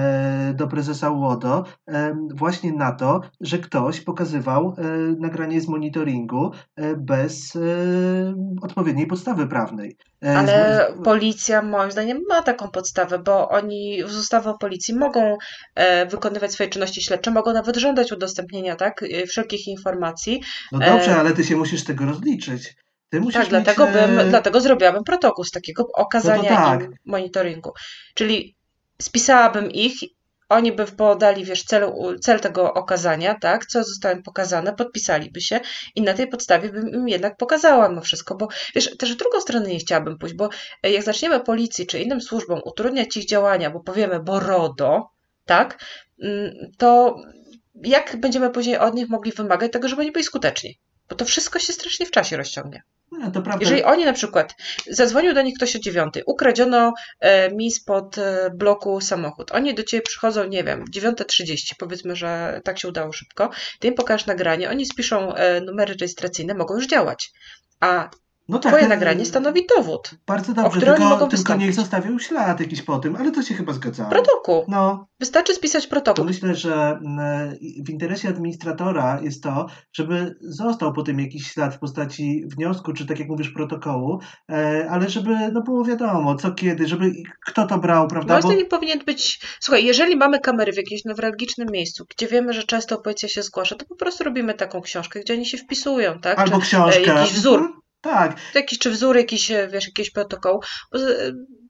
e, do prezesa UODO e, właśnie na to, że ktoś pokazywał e, nagranie z monitoringu e, bez e, odpowiedniej podstawy prawnej. E, z, Ale z, policja moim zdaniem ma taką podstawę, bo oni z ustawy o policji mogą e, wykonywać swoje czynności śledcze, mogą nawet żądać udostępnienia, tak, e, wszelkich informacji. no dobrze, E, ale ty się musisz tego rozliczyć. Ty tak, musisz mieć. dlatego bym, E, dlatego zrobiłabym protokół z takiego no to okazania tak. im monitoringu. Czyli spisałabym ich, oni by podali, wiesz, cel, cel tego okazania, tak, co zostało im pokazane, podpisaliby się i na tej podstawie bym im jednak pokazała mimo wszystko, bo wiesz, też w drugą stronę nie chciałabym pójść, bo jak zaczniemy policji czy innym służbom utrudniać ich działania, bo powiemy, bo RODO, tak, mm, to jak będziemy później od nich mogli wymagać tego, żeby oni byli skuteczni? Bo to wszystko się strasznie w czasie rozciągnie. No, to prawda. Jeżeli oni na przykład, zadzwonił do nich ktoś o dziewiątej, ukradziono e, mi spod e, bloku samochód, oni do ciebie przychodzą, nie wiem, dziewiąta trzydzieści, powiedzmy, że tak się udało szybko, ty im pokażesz nagranie, oni spiszą e, numery rejestracyjne, mogą już działać, a No tak, twoje e, nagranie stanowi dowód, bardzo o dobrze, który oni mogą tylko, tylko niech wystąpić. zostawił ślad jakiś po tym, ale to się chyba zgadzało. Protokół. No, Wystarczy spisać to protokół. myślę, że mm, w interesie administratora jest to, żeby został po tym jakiś ślad w postaci wniosku, czy tak jak mówisz, protokołu, e, ale żeby no było wiadomo, co kiedy, żeby kto to brał, prawda? Moim Bo zdaniem powinien być. Słuchaj, jeżeli mamy kamery w jakimś newralgicznym miejscu, gdzie wiemy, że często policja się zgłasza, to po prostu robimy taką książkę, gdzie oni się wpisują, tak? albo Czy e, książkę. jakiś wzór. Mhm, tak, Jakiś, czy wzór, jakiś, e, wiesz, jakiś protokół. Bo, e,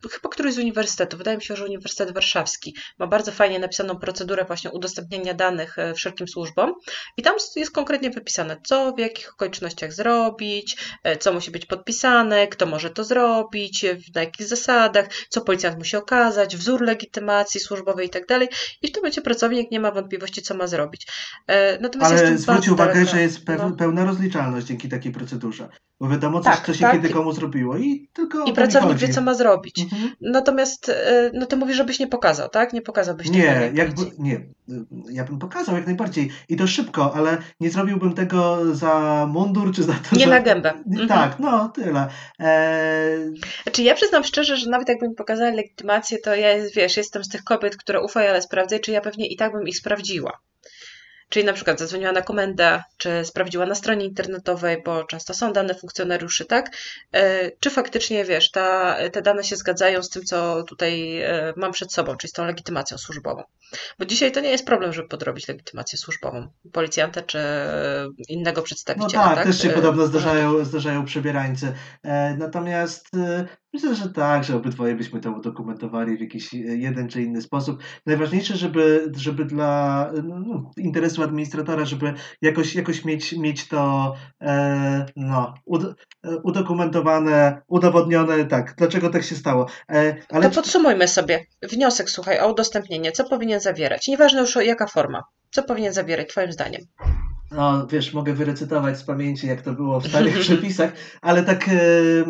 chyba któryś z uniwersytetów, wydaje mi się, że Uniwersytet Warszawski ma bardzo fajnie napisaną procedurę właśnie udostępniania danych wszelkim służbom i tam jest konkretnie wypisane, co w jakich okolicznościach zrobić, co musi być podpisane, kto może to zrobić, na jakich zasadach, co policjant musi okazać, wzór legitymacji służbowej i tak dalej. I w tym momencie pracownik nie ma wątpliwości, co ma zrobić. Natomiast Ale zwróć uwagę, daleka, że jest peł, no. pełna rozliczalność dzięki takiej procedurze. Bo wiadomo, co, Tak, co się tak. kiedy komu zrobiło i tylko I pracownik wie, co ma zrobić. Mhm. Natomiast no ty mówisz, żebyś nie pokazał, tak? Nie pokazałbyś Nie, tej jakby, nie, ja bym pokazał jak najbardziej i to szybko, ale nie zrobiłbym tego za mundur czy za to, Nie że... na gębę. Tak, mhm. no tyle. Eee... Znaczy ja przyznam szczerze, że nawet jakbym pokazała legitymację, to ja, wiesz, jestem z tych kobiet, które ufaj, ale sprawdzaj, czy ja pewnie i tak bym ich sprawdziła. Czyli na przykład zadzwoniła na komendę, czy sprawdziła na stronie internetowej, bo często są dane funkcjonariuszy, tak? Czy faktycznie, wiesz, ta, te dane się zgadzają z tym, co tutaj mam przed sobą, czyli z tą legitymacją służbową. Bo dzisiaj to nie jest problem, żeby podrobić legitymację służbową policjanta czy innego przedstawiciela. No tak, tak? też się podobno zdarzają, zdarzają przebierańcy. E, natomiast e, myślę, że tak, że obydwoje byśmy to udokumentowali w jakiś jeden czy inny sposób. Najważniejsze, żeby, żeby dla no, interesu administratora, żeby jakoś, jakoś mieć, mieć to e, no, ud, udokumentowane, udowodnione, tak, dlaczego tak się stało. E, ale... To podsumujmy sobie. Wniosek, słuchaj, o udostępnienie. Co powinien zawierać? Nieważne już jaka forma. Co powinien zawierać twoim zdaniem? No, wiesz, mogę wyrecytować z pamięci, jak to było w starych przepisach, ale tak e, e,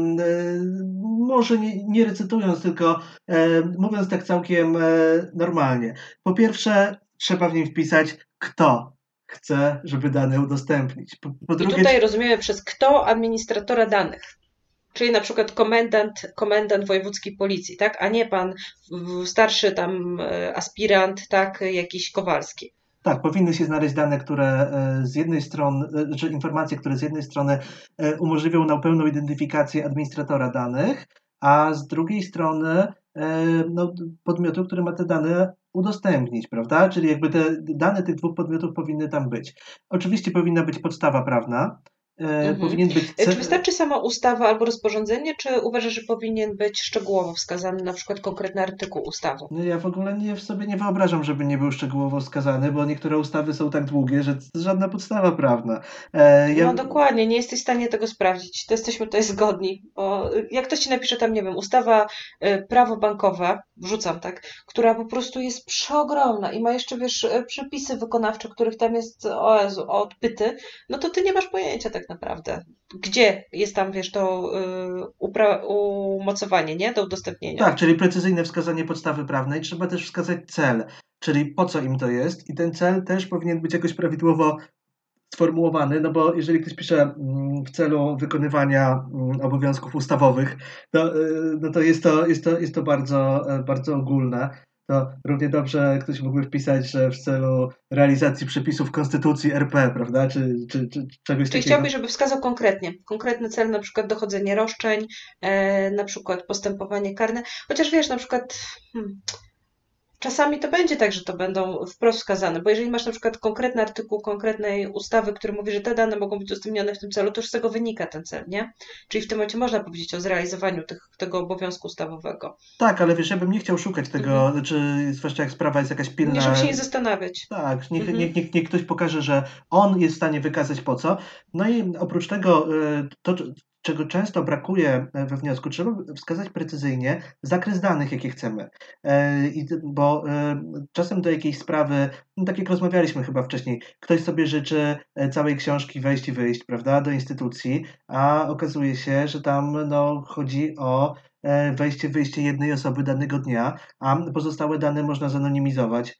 może nie, nie recytując, tylko e, mówiąc tak całkiem e, normalnie. Po pierwsze, trzeba w nim wpisać, kto chce, żeby dane udostępnić. Po, po drugie, I tutaj rozumiemy przez kto administratora danych. Czyli na przykład komendant, komendant wojewódzki policji, tak? A nie pan starszy tam aspirant, tak? Jakiś Kowalski. Tak, powinny się znaleźć dane, które z jednej strony, czy informacje, które z jednej strony umożliwią nam pełną identyfikację administratora danych, a z drugiej strony no, podmiotu, który ma te dane udostępnić, prawda? Czyli jakby te dane tych dwóch podmiotów powinny tam być. Oczywiście powinna być podstawa prawna. Mhm. Powinien być ce... Czy wystarczy sama ustawa albo rozporządzenie, czy uważasz, że powinien być szczegółowo wskazany na przykład konkretny artykuł ustawy? No ja w ogóle nie, sobie nie wyobrażam, żeby nie był szczegółowo wskazany, bo niektóre ustawy są tak długie, że to jest żadna podstawa prawna. E, ja... No dokładnie, nie jesteś w stanie tego sprawdzić. To jesteśmy tutaj zgodni, bo jak ktoś ci napisze tam, nie wiem, ustawa y, prawo bankowe, wrzucam tak, która po prostu jest przeogromna i ma jeszcze, wiesz, przepisy wykonawcze, których tam jest o Jezu, odpyty, no to ty nie masz pojęcia tak naprawdę, gdzie jest tam, wiesz, to y, upra- umocowanie, nie? Do udostępnienia. Tak, czyli precyzyjne wskazanie podstawy prawnej. Trzeba też wskazać cel, czyli po co im to jest i ten cel też powinien być jakoś prawidłowo sformułowany, no bo jeżeli ktoś pisze w celu wykonywania obowiązków ustawowych, to, no to, jest, to, jest, to jest to bardzo, bardzo ogólne. To równie dobrze ktoś mógłby wpisać, że w celu realizacji przepisów Konstytucji R P, prawda, czy, czy, czy czegoś Czyli takiego. chciałbyś, żeby wskazał konkretnie, konkretny cel, na przykład dochodzenie roszczeń, e, na przykład postępowanie karne, chociaż wiesz, na przykład hmm, czasami to będzie tak, że to będą wprost wskazane, bo jeżeli masz na przykład konkretny artykuł konkretnej ustawy, który mówi, że te dane mogą być udostępnione w tym celu, to już z tego wynika ten cel, nie? Czyli w tym momencie można powiedzieć o zrealizowaniu tych, tego obowiązku ustawowego. Tak, ale wiesz, ja bym nie chciał szukać tego, mhm. czy zwłaszcza jak sprawa jest jakaś pilna. Nie, żeby się nie zastanawiać. Tak, niech, mhm. niech, niech, niech ktoś pokaże, że on jest w stanie wykazać po co. No i oprócz tego, to czego często brakuje we wniosku, trzeba wskazać precyzyjnie zakres danych, jakie chcemy. I, bo czasem do jakiejś sprawy, no tak jak rozmawialiśmy chyba wcześniej, ktoś sobie życzy całej książki wejść i wyjść, prawda, do instytucji, a okazuje się, że tam no, chodzi o wejście, wyjście jednej osoby danego dnia, a pozostałe dane można zanonimizować.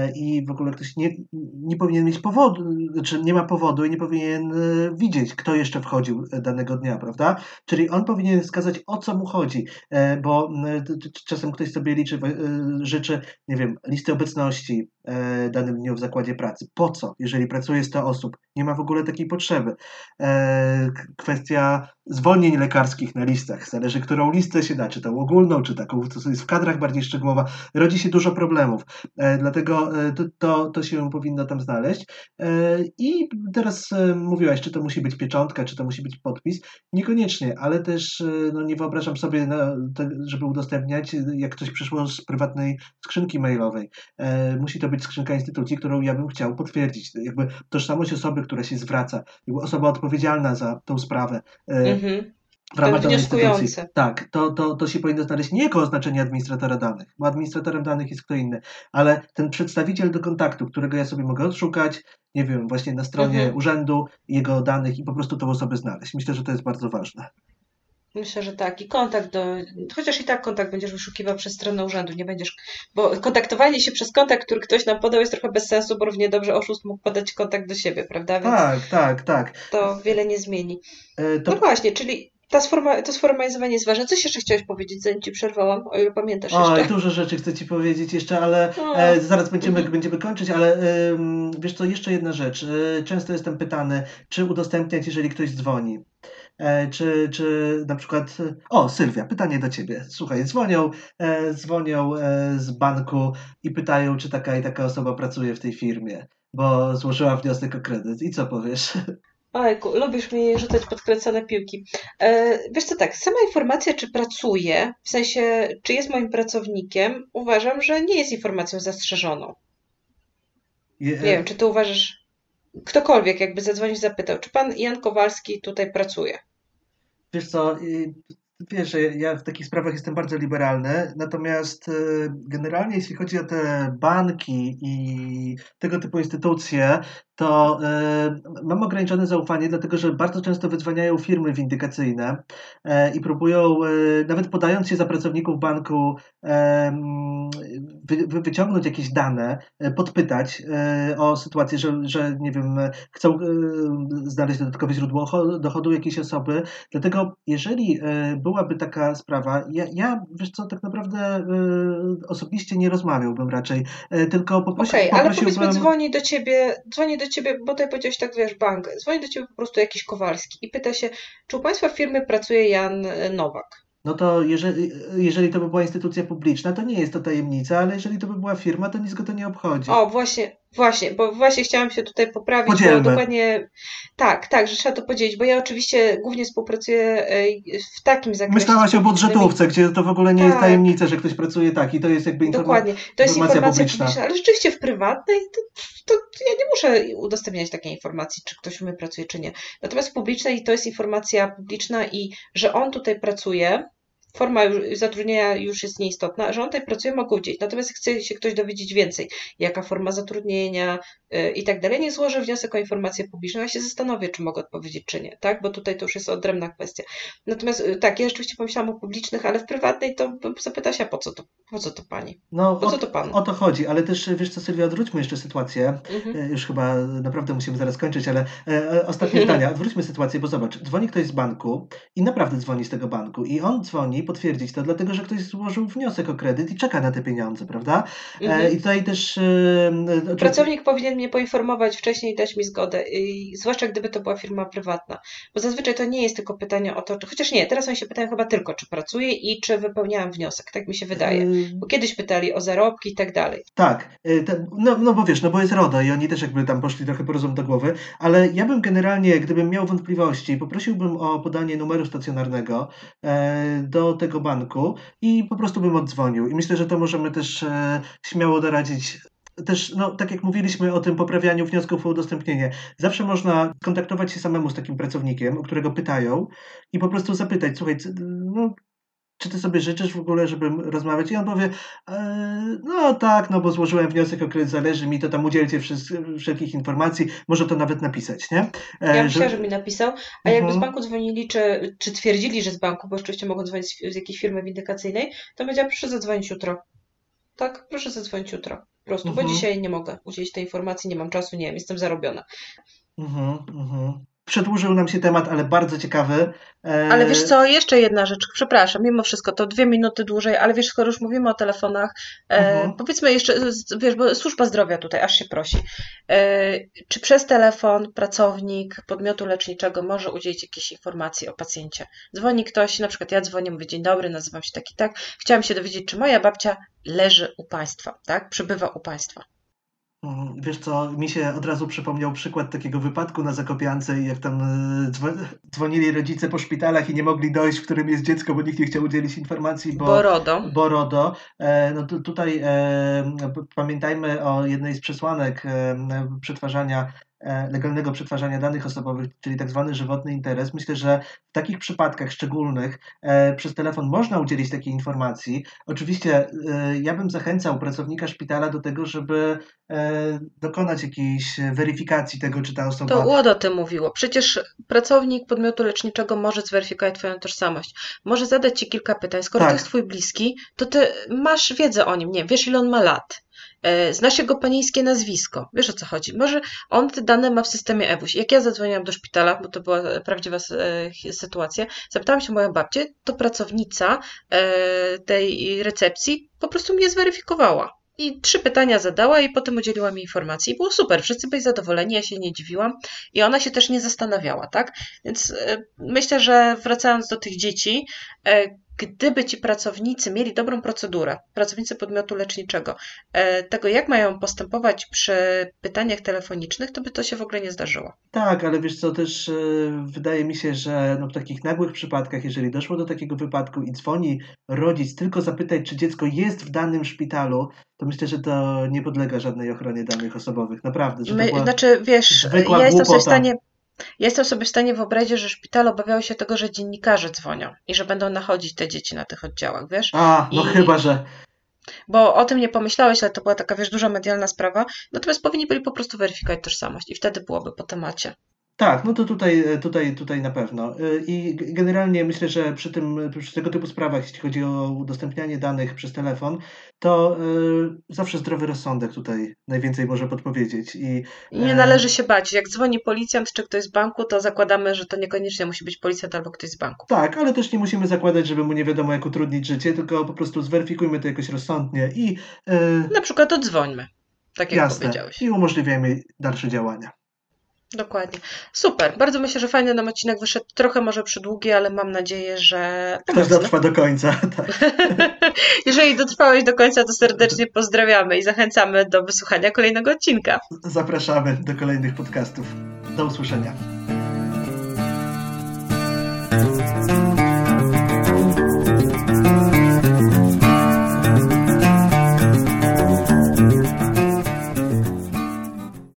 I w ogóle ktoś nie, nie powinien mieć powodu, czy nie ma powodu i nie powinien widzieć, kto jeszcze wchodził danego dnia, prawda? Czyli on powinien wskazać, o co mu chodzi, bo czasem ktoś sobie liczy, życzy, nie wiem, listy obecności, e, danym dniu w zakładzie pracy. Po co? Jeżeli pracuje sto osób, nie ma w ogóle takiej potrzeby. E, kwestia zwolnień lekarskich na listach. Zależy, którą listę się da, czy tą ogólną, czy taką, co jest w kadrach bardziej szczegółowa. Rodzi się dużo problemów. E, dlatego e, to, to, to się powinno tam znaleźć. E, I teraz e, mówiłaś, czy to musi być pieczątka, czy to musi być podpis. Niekoniecznie, ale też e, no, nie wyobrażam sobie, no, to, żeby udostępniać, jak ktoś przyszło z prywatnej skrzynki mailowej. E, musi to być skrzynka instytucji, którą ja bym chciał potwierdzić. Jakby tożsamość osoby, która się zwraca, jakby osoba odpowiedzialna za tą sprawę. E, Mhm. w ramach Ten danej instytucji. wnioskujący. Tak, to, to, to się powinno znaleźć nie jako oznaczenie administratora danych, bo administratorem danych jest kto inny, ale ten przedstawiciel do kontaktu, którego ja sobie mogę odszukać, nie wiem, właśnie na stronie Mhm. urzędu, jego danych i po prostu tą osobę znaleźć. Myślę, że to jest bardzo ważne. Myślę, że tak. I kontakt do. Chociaż i tak kontakt będziesz wyszukiwał przez stronę urzędu, nie będziesz. Bo kontaktowanie się przez kontakt, który ktoś nam podał, jest trochę bez sensu, bo równie dobrze oszust mógł podać kontakt do siebie, prawda? Więc Tak, tak, tak. to wiele nie zmieni. E, No To, właśnie, czyli ta sforma, to sformalizowanie jest ważne. Coś jeszcze chciałeś powiedzieć, zanim ci przerwałam, o ile pamiętasz oj, jeszcze? dużo rzeczy chcę Ci powiedzieć jeszcze, ale No. e, zaraz będziemy, Mhm. będziemy kończyć, ale ym, wiesz co, jeszcze jedna rzecz. E, często jestem pytany, czy udostępniać, jeżeli ktoś dzwoni. E, czy, czy na przykład. O, Sylwia, pytanie do ciebie. Słuchaj, dzwonią, e, dzwonią e, z banku i pytają, czy taka i taka osoba pracuje w tej firmie, bo złożyła wniosek o kredyt. I co powiesz? Ojku, lubisz mi rzucać podkręcone piłki. E, wiesz co, tak, sama informacja, czy pracuje, w sensie, czy jest moim pracownikiem, uważam, że nie jest informacją zastrzeżoną. Je, Nie e, wiem, czy ty uważasz, ktokolwiek jakby zadzwonił i zapytał, czy pan Jan Kowalski tutaj pracuje? Wiesz co, y, wiesz, że ja w takich sprawach jestem bardzo liberalny, natomiast y, generalnie jeśli chodzi o te banki i tego typu instytucje, to y, mam ograniczone zaufanie, dlatego że bardzo często wydzwaniają firmy windykacyjne e, i próbują, y, nawet podając się za pracowników banku, em, wy, wy, wyciągnąć jakieś dane, e, podpytać e, o sytuację, że, że nie wiem, e, chcą e, znaleźć dodatkowe źródło cho- dochodu jakiejś osoby. Dlatego jeżeli e, byłaby taka sprawa, ja, ja wiesz co, tak naprawdę e, osobiście nie rozmawiałbym raczej, e, tylko poprosi, Okej, ale powiedzmy poprosiłbym. dzwoni do ciebie, dzwoni do ciebie, bo tutaj powiedziałeś tak, wiesz, bank, dzwoni do ciebie po prostu jakiś Kowalski i pyta się, czy u państwa w firmie pracuje Jan e, Nowak? No to jeżeli, jeżeli to by była instytucja publiczna, to nie jest to tajemnica, ale jeżeli to by była firma, to nic go to nie obchodzi. O, właśnie, właśnie, bo właśnie chciałam się tutaj poprawić, bo Podzielmy. dokładnie tak, tak, że trzeba to podzielić, bo ja oczywiście głównie współpracuję e, w takim zakresie z Myślałaś o publicznymi. budżetówce, gdzie to w ogóle nie jest Tak, tajemnica, że ktoś pracuje tak i to jest jakby informa- dokładnie. To jest informacja informacja publiczna. publiczna, ale rzeczywiście w prywatnej to, to ja nie muszę udostępniać takiej informacji, czy ktoś u mnie pracuje, czy nie. Natomiast w publicznej to jest informacja publiczna i że on tutaj pracuje, forma już, zatrudnienia już jest nieistotna, że on tutaj pracuje, mogę udzielić. Natomiast chce się ktoś dowiedzieć więcej, jaka forma zatrudnienia yy, i tak dalej, nie złożę wniosek o informację publiczną, ja się zastanowię, czy mogę odpowiedzieć, czy nie, tak? Bo tutaj to już jest odrębna kwestia. Natomiast yy, tak, ja rzeczywiście pomyślałam o publicznych, ale w prywatnej to bym zapytała się, a po co to, po co to pani? No, Po co o, to panu? o to chodzi, ale też wiesz co, Sylwia, odwróćmy jeszcze sytuację. Mhm. E, Już chyba naprawdę musimy zaraz kończyć, ale e, e, ostatnie zdania. Odwróćmy sytuację, bo zobacz, dzwoni ktoś z banku i naprawdę dzwoni z tego banku i on dzwoni potwierdzić to, dlatego że ktoś złożył wniosek o kredyt i czeka na te pieniądze, prawda? E, Mhm. I tutaj też... E, e, Pracownik powinien mnie poinformować wcześniej i dać mi zgodę, i zwłaszcza gdyby to była firma prywatna. Bo zazwyczaj to nie jest tylko pytanie o to, czy, chociaż nie, teraz oni się pytają chyba tylko, czy pracuję i czy wypełniałam wniosek, tak mi się wydaje. e, Bo kiedyś pytali o zarobki i tak dalej. Tak, y, te- no, no bo wiesz, no bo jest RODO i oni też jakby tam poszli trochę po rozum do głowy, ale ja bym generalnie, gdybym miał wątpliwości, poprosiłbym o podanie numeru stacjonarnego e, do tego banku i po prostu bym oddzwonił. I myślę, że to możemy też e, śmiało doradzić. Też, no, tak jak mówiliśmy o tym poprawianiu wniosków o udostępnienie, zawsze można skontaktować się samemu z takim pracownikiem, o którego pytają i po prostu zapytać, słuchaj, c- no, czy ty sobie życzysz w ogóle, żeby rozmawiać? I on powie, e, no tak, no bo złożyłem wniosek o kredyt, zależy mi, to tam udzielcie wszys- wszelkich informacji, może to nawet napisać, nie? Ja E, myślałam, że, że mi napisał, a jakby z mhm, banku dzwonili, czy, czy twierdzili, że z banku, bo oczywiście mogą dzwonić z, z jakiejś firmy windykacyjnej, to powiedziałam, proszę zadzwonić jutro. Tak, proszę zadzwonić jutro. Po prostu, bo mhm, dzisiaj nie mogę udzielić tej informacji, nie mam czasu, nie wiem, jestem zarobiona. mhm, mhm. Przedłużył nam się temat, ale bardzo ciekawy. Ale wiesz co, jeszcze jedna rzecz, przepraszam, mimo wszystko, to dwie minuty dłużej, ale wiesz, skoro już mówimy o telefonach, mhm. e, powiedzmy jeszcze, wiesz, bo służba zdrowia tutaj aż się prosi, e, czy przez telefon pracownik podmiotu leczniczego może udzielić jakiejś informacji o pacjencie? Dzwoni ktoś, na przykład ja dzwonię, mówię, dzień dobry, nazywam się tak i tak, chciałam się dowiedzieć, czy moja babcia leży u państwa, tak, przybywa u państwa. Wiesz co, mi się od razu przypomniał przykład takiego wypadku na Zakopiance i jak tam dzwonili rodzice po szpitalach i nie mogli dojść, w którym jest dziecko, bo nikt nie chciał udzielić informacji, bo, bo RODO. Bo RODO. No to tutaj e, pamiętajmy o jednej z przesłanek e, przetwarzania legalnego przetwarzania danych osobowych, czyli tak zwany żywotny interes. Myślę, że w takich przypadkach szczególnych e, przez telefon można udzielić takiej informacji. Oczywiście e, ja bym zachęcał pracownika szpitala do tego, żeby e, dokonać jakiejś weryfikacji tego, czy ta osoba... To UODO o tym mówiło. Przecież pracownik podmiotu leczniczego może zweryfikować twoją tożsamość. Może zadać ci kilka pytań. Skoro tak. to jest twój bliski, to ty masz wiedzę o nim. Nie wiem, wiesz, ile on ma lat. Znasz jego panieńskie nazwisko. Wiesz, o co chodzi. Może on te dane ma w systemie E W U S. Jak ja zadzwoniłam do szpitala, bo to była prawdziwa sytuacja, zapytałam się moją babcię, to pracownica tej recepcji po prostu mnie zweryfikowała. I trzy pytania zadała i potem udzieliła mi informacji. I było super, wszyscy byli zadowoleni, ja się nie dziwiłam i ona się też nie zastanawiała, tak? Więc myślę, że wracając do tych dzieci, gdyby ci pracownicy mieli dobrą procedurę, pracownicy podmiotu leczniczego, tego jak mają postępować przy pytaniach telefonicznych, to by to się w ogóle nie zdarzyło. Tak, ale wiesz co, też wydaje mi się, że no w takich nagłych przypadkach, jeżeli doszło do takiego wypadku i dzwoni rodzic tylko zapytać, czy dziecko jest w danym szpitalu, to myślę, że to nie podlega żadnej ochronie danych osobowych. Naprawdę. Że My, to znaczy, wiesz, ja jestem sobie w stanie... Ja jestem sobie w stanie wyobrazić, że szpitale obawiały się tego, że dziennikarze dzwonią i że będą nachodzić te dzieci na tych oddziałach, wiesz? A, no I... chyba, że... Bo o tym nie pomyślałeś, ale to była taka, wiesz, duża medialna sprawa. Natomiast powinni byli po prostu weryfikować tożsamość i wtedy byłoby po temacie. Tak, no to tutaj, tutaj, tutaj na pewno. I generalnie myślę, że przy tym, przy tego typu sprawach, jeśli chodzi o udostępnianie danych przez telefon, to y, zawsze zdrowy rozsądek tutaj najwięcej może podpowiedzieć. I, I nie należy się bać. Jak dzwoni policjant czy ktoś z banku, to zakładamy, że to niekoniecznie musi być policjant albo ktoś z banku. Tak, ale też nie musimy zakładać, żeby mu nie wiadomo jak utrudnić życie, tylko po prostu zweryfikujmy to jakoś rozsądnie i... Y, na przykład odzwońmy, tak jak jasne, powiedziałeś. I umożliwiajmy dalsze działania. Dokładnie. Super. Bardzo myślę, że fajny nam odcinek wyszedł. Trochę może przydługi, ale mam nadzieję, że... Ktoś dotrwa do końca. Tak. Jeżeli dotrwałeś do końca, to serdecznie pozdrawiamy i zachęcamy do wysłuchania kolejnego odcinka. Zapraszamy do kolejnych podcastów. Do usłyszenia.